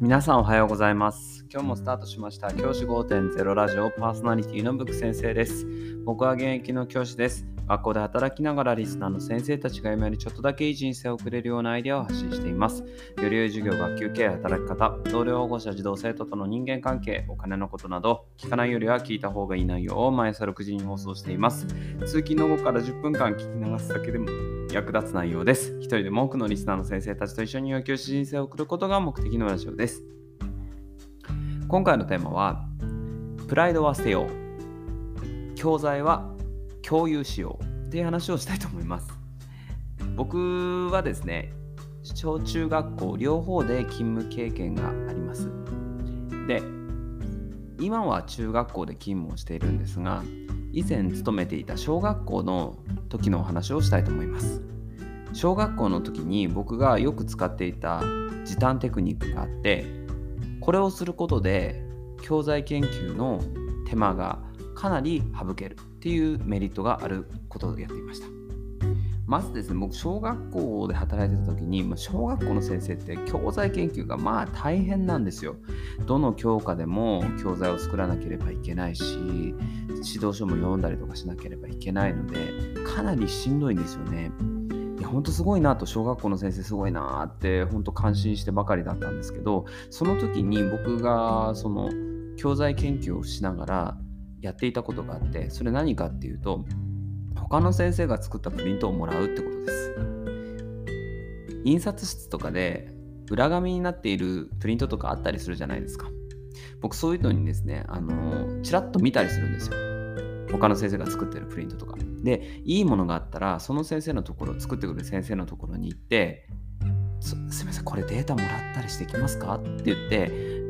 皆さんおはようございます。今日もスタートしました教師 5.0 ラジオパーソナリティのブック先生です。僕は現役の教師です。学校で働きながらリスナーの先生たちが今よりちょっとだけいい人生を送れるようなアイデアを発信しています。より良い授業、学級経営、働き方、同僚保護者、児童生徒との人間関係、お金のことなど聞かないよりは聞いた方がいい内容を毎朝6時に放送しています。通勤の後から10分間聞き流すだけでも役立つ内容です。一人でも多くのリスナーの先生たちと一緒に良い教師人生を送ることが目的のラジオです。今回のテーマはプライドは捨てよう、教材は共有しようっていう話をしたいと思います。僕はですね、小中学校両方で勤務経験があります。で、今は中学校で勤務をしているんですが、以前勤めていた小学校の時のお話をしたいと思います。小学校の時に僕がよく使っていた時短テクニックがあって、これをすることで教材研究の手間がかなり省けるっていうメリットがあることをやっていました。まずですね、僕小学校で働いてた時に、小学校の先生って教材研究が大変なんですよ。どの教科でも教材を作らなければいけないし、指導書も読んだりとかしなければいけないので、かなりしんどいんですよね。本当すごいなと、小学校の先生すごいなって本当感心してばかりだったんですけど、その時に僕がその教材研究をしながらやっていたことがあって、それ何かっていうと、他の先生が作ったプリントをもらうってことです。印刷室とかで裏紙になっているプリントとかあったりするじゃないですか。僕そういうのにですね、ちらっと見たりするんですよ。他の先生が作ってるプリントとかで、いいものがあったらその先生のところ、作ってくれる先生のところに行って、すみません、これデータもらったりしてきますかって言って、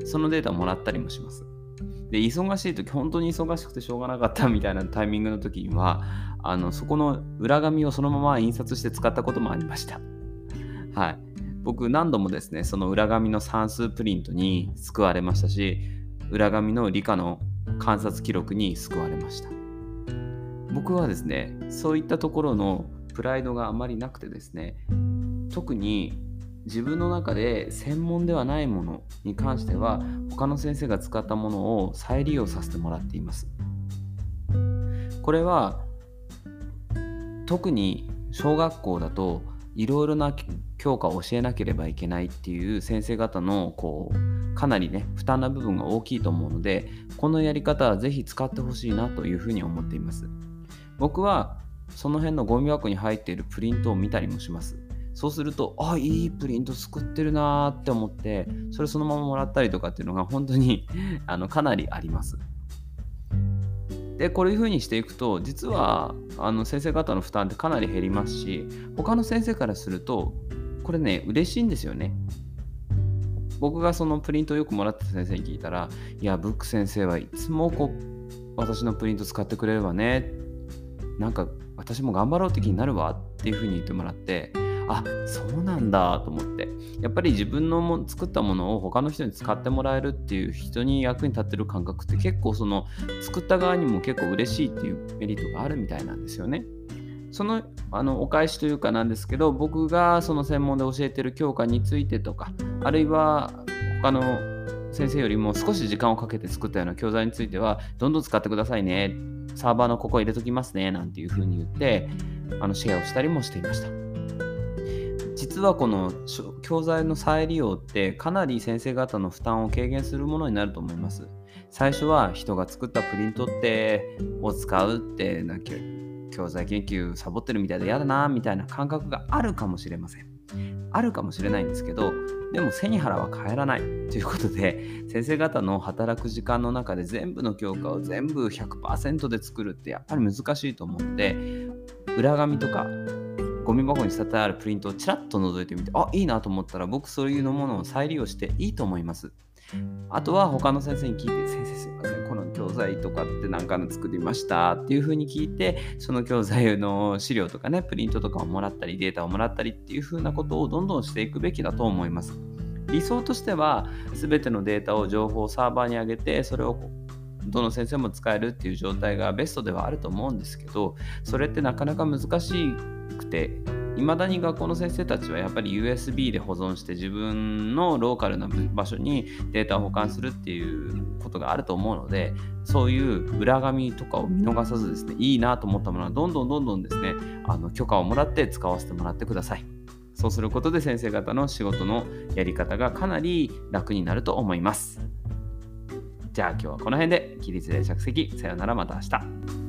そのデータをもらったりもします。で、忙しい時、本当に忙しくてしょうがなかったみたいなタイミングの時には、そこの裏紙をそのまま印刷して使ったこともありました。はい。僕何度もですね、その裏紙の算数プリントに救われましたし、裏紙の理科の観察記録に救われました。僕はですね、そういったところのプライドがあまりなくてですね、特に自分の中で専門ではないものに関しては、他の先生が使ったものを再利用させてもらっています。これは特に小学校だといろいろな教科を教えなければいけないっていう先生方のかなりね、負担な部分が大きいと思うので、このやり方はぜひ使ってほしいなというふうに思っています。僕はその辺のゴミ箱に入っているプリントを見たりもします。そうすると、いいプリント作ってるなって思って、それそのままもらったりとかっていうのが本当にかなりあります。で、こういう風にしていくと、実は先生方の負担ってかなり減りますし、他の先生からするとこれね、嬉しいんですよね。僕がそのプリントをよくもらってた先生に聞いたら、いや、ブック先生はいつも私のプリント使ってくれればね、なんか私も頑張ろうって気になるわっていう風に言ってもらって、そうなんだと思って、やっぱり自分の作ったものを他の人に使ってもらえるっていう、人に役に立ってる感覚って結構その作った側にも結構嬉しいっていうメリットがあるみたいなんですよね。そのお返しというかなんですけど、僕がその専門で教えてる教科についてとか、あるいは他の先生よりも少し時間をかけて作ったような教材についてはどんどん使ってくださいね、サーバーのここ入れときますねなんていう風に言ってシェアをしたりもしていました。実はこの教材の再利用ってかなり先生方の負担を軽減するものになると思います。最初は人が作ったプリントを使うって教材研究サボってるみたいで嫌だなみたいな感覚があるかもしれません。あるかもしれないんですけど、でも背に腹は変えらないということで、先生方の働く時間の中で全部の教科を全部 100% で作るってやっぱり難しいと思うので、裏紙とかゴミ箱に捨ててあるプリントをちらっと覗いてみて、いいなと思ったら、僕そういうものを再利用していいと思います。あとは他の先生に聞いて、先生すいません、この教材とかって何かの作りましたっていう風に聞いて、その教材の資料とかね、プリントとかをもらったりデータをもらったりっていう風なことをどんどんしていくべきだと思います。理想としては全てのデータを情報をサーバーに上げて、それをどの先生も使えるっていう状態がベストではあると思うんですけど、それってなかなか難しくて未だに学校の先生たちはやっぱり USB で保存して自分のローカルな場所にデータを保管するっていうことがあると思うので、そういう裏紙とかを見逃さずですね、いいなと思ったものはどんどんですね、許可をもらって使わせてもらってください。そうすることで先生方の仕事のやり方がかなり楽になると思います。じゃあ今日はこの辺で。起立で着席。さよなら、また明日。